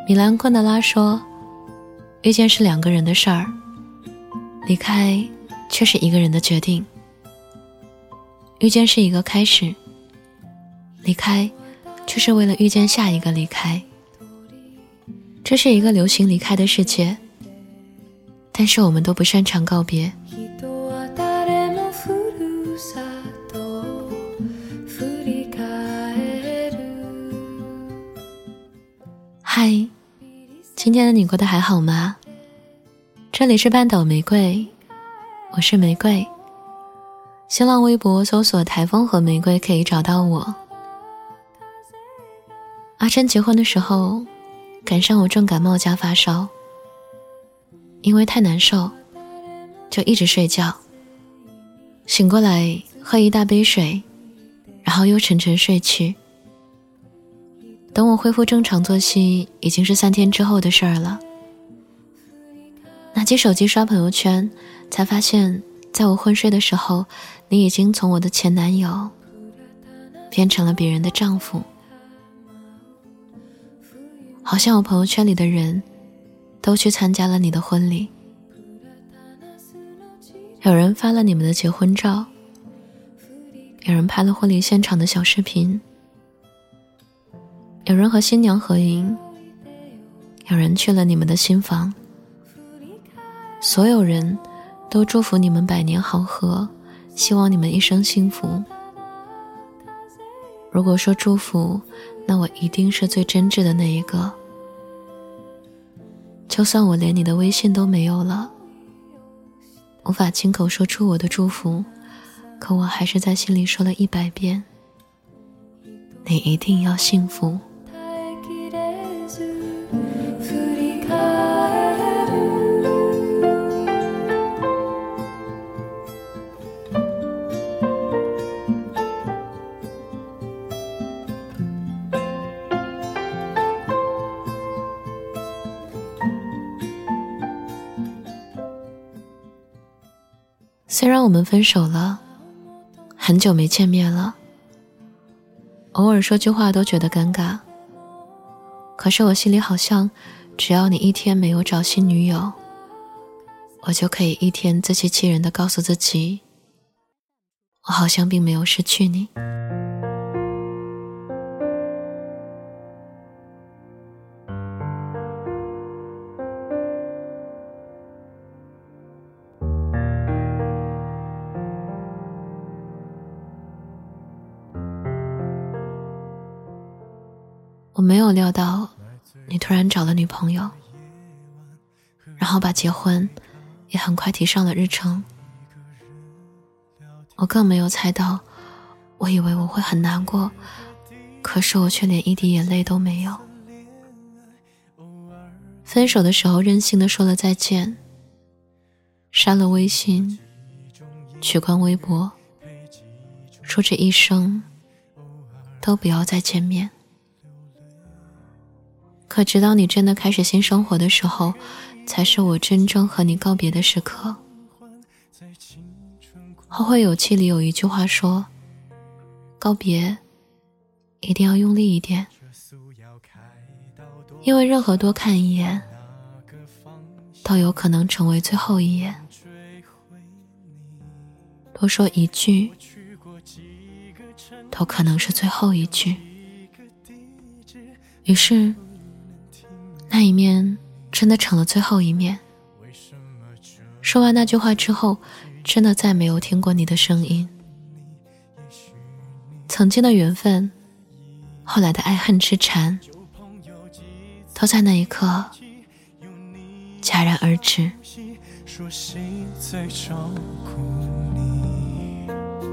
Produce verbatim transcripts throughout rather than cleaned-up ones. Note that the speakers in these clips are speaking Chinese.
米兰昆德拉说，遇见是两个人的事儿，离开却是一个人的决定。遇见是一个开始，离开却是为了遇见下一个离开。这是一个流行离开的世界，但是我们都不擅长告别。嗨，今天的你过得还好吗？这里是半岛玫瑰，我是玫瑰。新浪微博搜索台风和玫瑰可以找到我。阿珍结婚的时候赶上我重感冒加发烧，因为太难受就一直睡觉，醒过来喝一大杯水，然后又沉沉睡去。等我恢复正常作息已经是三天之后的事儿了。拿起手机刷朋友圈，才发现在我昏睡的时候，你已经从我的前男友变成了别人的丈夫。好像我朋友圈里的人都去参加了你的婚礼，有人发了你们的结婚照，有人拍了婚礼现场的小视频，有人和新娘合影，有人去了你们的新房。所有人都祝福你们百年好合，希望你们一生幸福。如果说祝福，那我一定是最真挚的那一个。就算我连你的微信都没有了，无法亲口说出我的祝福，可我还是在心里说了一百遍，你一定要幸福。虽然我们分手了，很久没见面了，偶尔说句话都觉得尴尬，可是我心里好像只要你一天没有找新女友，我就可以一天自欺欺人地告诉自己，我好像并没有失去你。我没有料到你突然找了女朋友，然后把结婚也很快提上了日程。我更没有猜到，我以为我会很难过，可是我却连一滴眼泪都没有。分手的时候任性地说了再见，删了微信，取关微博，说这一生都不要再见面。可直到你真的开始新生活的时候，才是我真正和你告别的时刻。后会有期里有一句话说，告别一定要用力一点，因为任何多看一眼都有可能成为最后一眼，多说一句都可能是最后一句。于是那一面真的成了最后一面。说完那句话之后，真的再没有听过你的声音。曾经的缘分，后来的爱恨痴缠，都在那一刻戛然而止。 说谁在照顾你，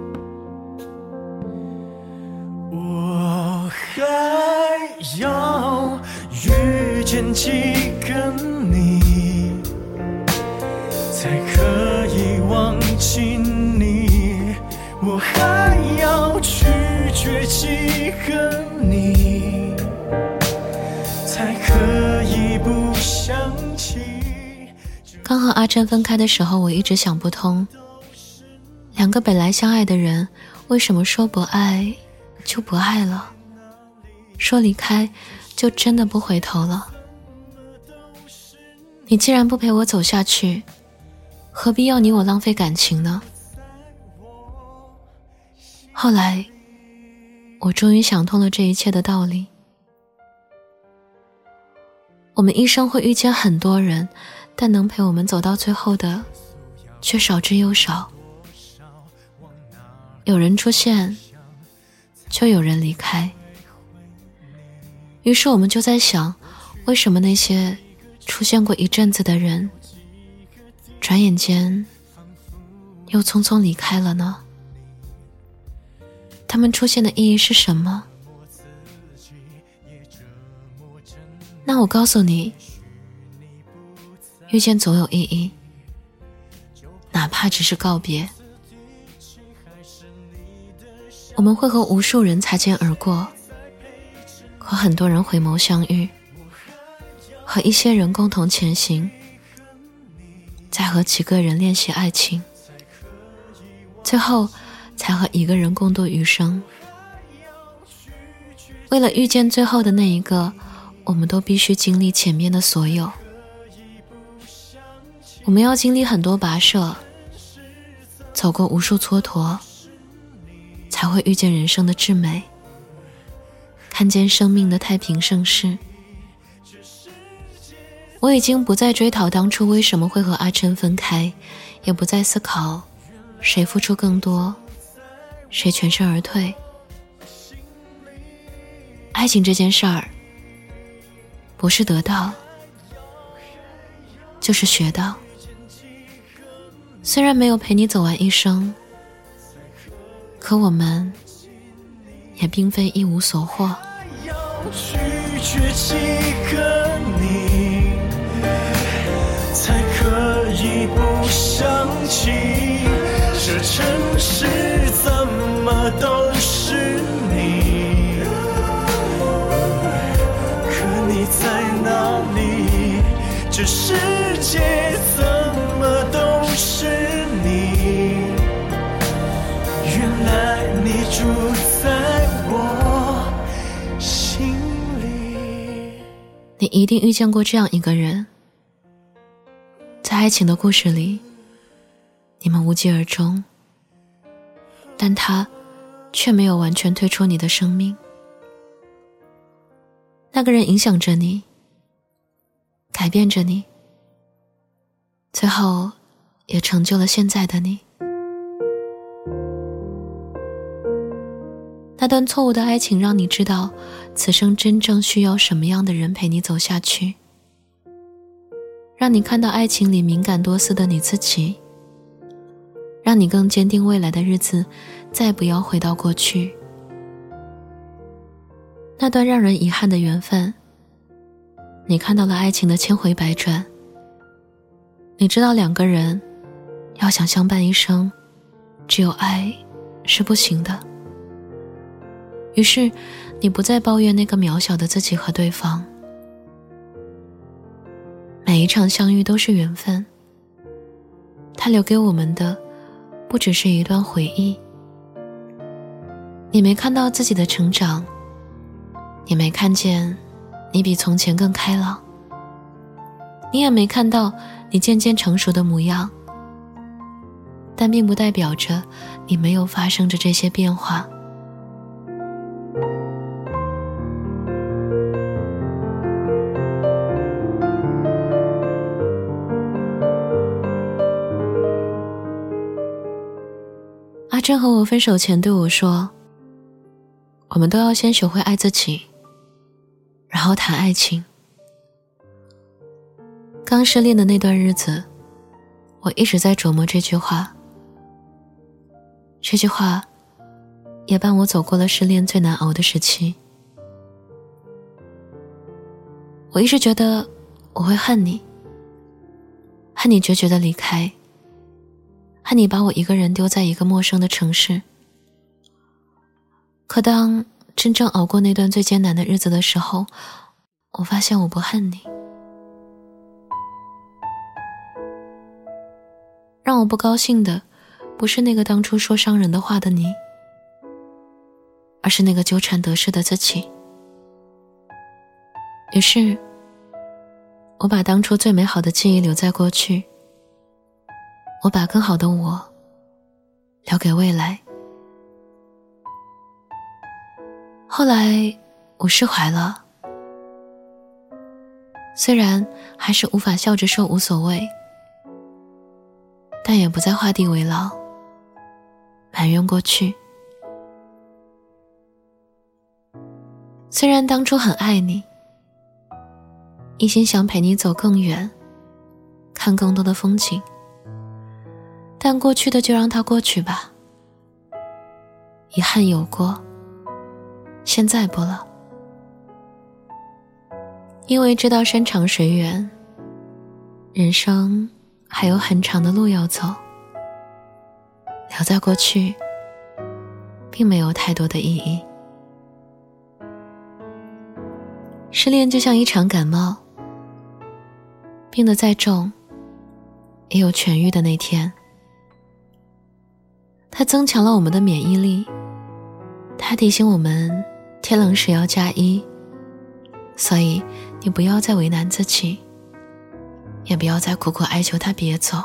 我还要遇见几个你，才可以忘记你，我还要拒绝几个你，才可以不想起。 刚和阿珍分开的时候，我一直想不通，两个本来相爱的人，为什么说不爱就不爱了，说离开就真的不回头了。 你既然不陪我走下去，何必要你我浪费感情呢？后来我终于想通了这一切的道理。我们一生会遇见很多人，但能陪我们走到最后的却少之又少。有人出现，就有人离开。于是我们就在想，为什么那些出现过一阵子的人，转眼间又匆匆离开了呢？他们出现的意义是什么？那我告诉你，遇见总有意义，哪怕只是告别。我们会和无数人擦肩而过，和很多人回眸相遇，和一些人共同前行，再和几个人练习爱情，最后才和一个人共度余生。为了遇见最后的那一个，我们都必须经历前面的所有。我们要经历很多跋涉，走过无数蹉跎，才会遇见人生的至美，看见生命的太平盛世。我已经不再追讨当初为什么会和阿琛分开，也不再思考谁付出更多，谁全身而退。爱情这件事儿，不是得到，就是学到。虽然没有陪你走完一生，可我们也并非一无所获。 要拒绝几个你，才可以不想起这城市怎么都是你。可你在哪里？这世界怎么都是你。原来你住在我心里。 你一定遇见过这样一个人，在爱情的故事里，你们无疾而终，但他却没有完全退出你的生命。那个人影响着你，改变着你，最后也成就了现在的你。那段错误的爱情让你知道，此生真正需要什么样的人陪你走下去，让你看到爱情里敏感多思的你自己，让你更坚定未来的日子再不要回到过去。那段让人遗憾的缘分，你看到了爱情的千回百转，你知道两个人要想相伴一生，只有爱是不行的。于是你不再抱怨那个渺小的自己和对方。每一场相遇都是缘分，它留给我们的不只是一段回忆。你没看到自己的成长，你没看见你比从前更开朗，你也没看到你渐渐成熟的模样，但并不代表着你没有发生着这些变化。阿珍和我分手前对我说，我们都要先学会爱自己，然后谈爱情。刚失恋的那段日子，我一直在琢磨这句话。这句话也伴我走过了失恋最难熬的时期。我一直觉得我会恨你，恨你决绝地离开，恨你把我一个人丢在一个陌生的城市。可当真正熬过那段最艰难的日子的时候，我发现我不恨你。让我不高兴的不是那个当初说伤人的话的你，而是那个纠缠得失的自己。于是我把当初最美好的记忆留在过去，我把更好的我留给未来。后来我释怀了，虽然还是无法笑着说无所谓，但也不再画地为牢，埋怨过去。虽然当初很爱你，一心想陪你走更远，看更多的风景，但过去的就让它过去吧。遗憾有过，现在不了。因为知道山长水远，人生还有很长的路要走，留在过去并没有太多的意义。失恋就像一场感冒，病得再重也有痊愈的那天。它增强了我们的免疫力，它提醒我们天冷时要加衣，所以你不要再为难自己，也不要再苦苦哀求他别走。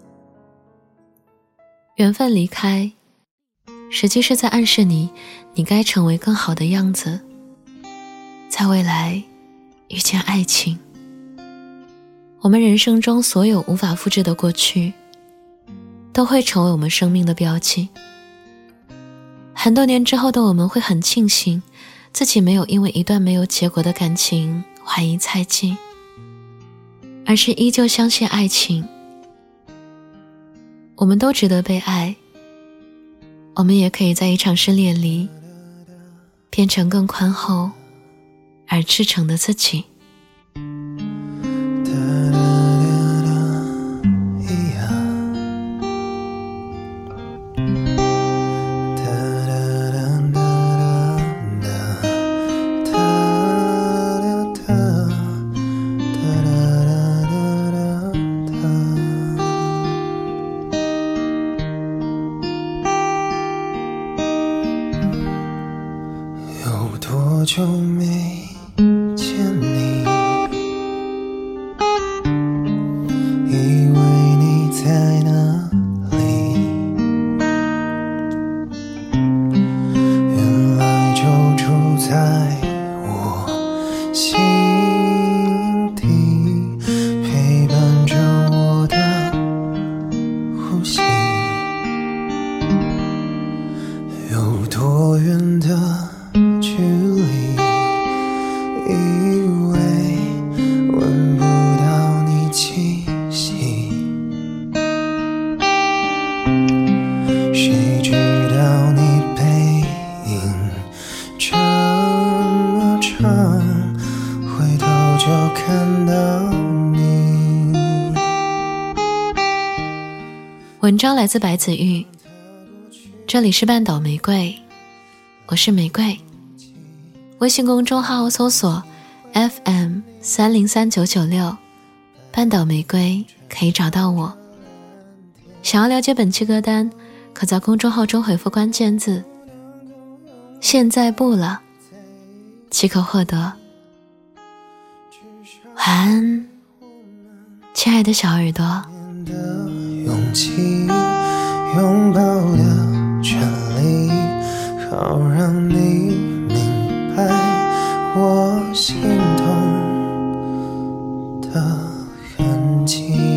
缘分离开，实际是在暗示你，你该成为更好的样子，在未来遇见爱情。我们人生中所有无法复制的过去，都会成为我们生命的标记。很多年之后的我们会很庆幸，自己没有因为一段没有结果的感情怀疑猜忌，而是依旧相信爱情。我们都值得被爱，我们也可以在一场失恋里变成更宽厚而赤诚的自己。 多久没见你，以为你在哪里，原来就住在我心底，陪伴着我的呼吸。有多远的距离，以为闻不到你气息，谁知道你背影这么长，回头就看到你。 文章来自白子玉，这里是半岛玫瑰，我是玫瑰。微信公众号搜索 F M 三零三九九六，半岛玫瑰可以找到我。想要了解本期歌单，可在公众号中回复关键字现在不了，即可获得。晚安，亲爱的小耳朵。 勇气拥抱的权利，好让你明白我心痛的痕迹。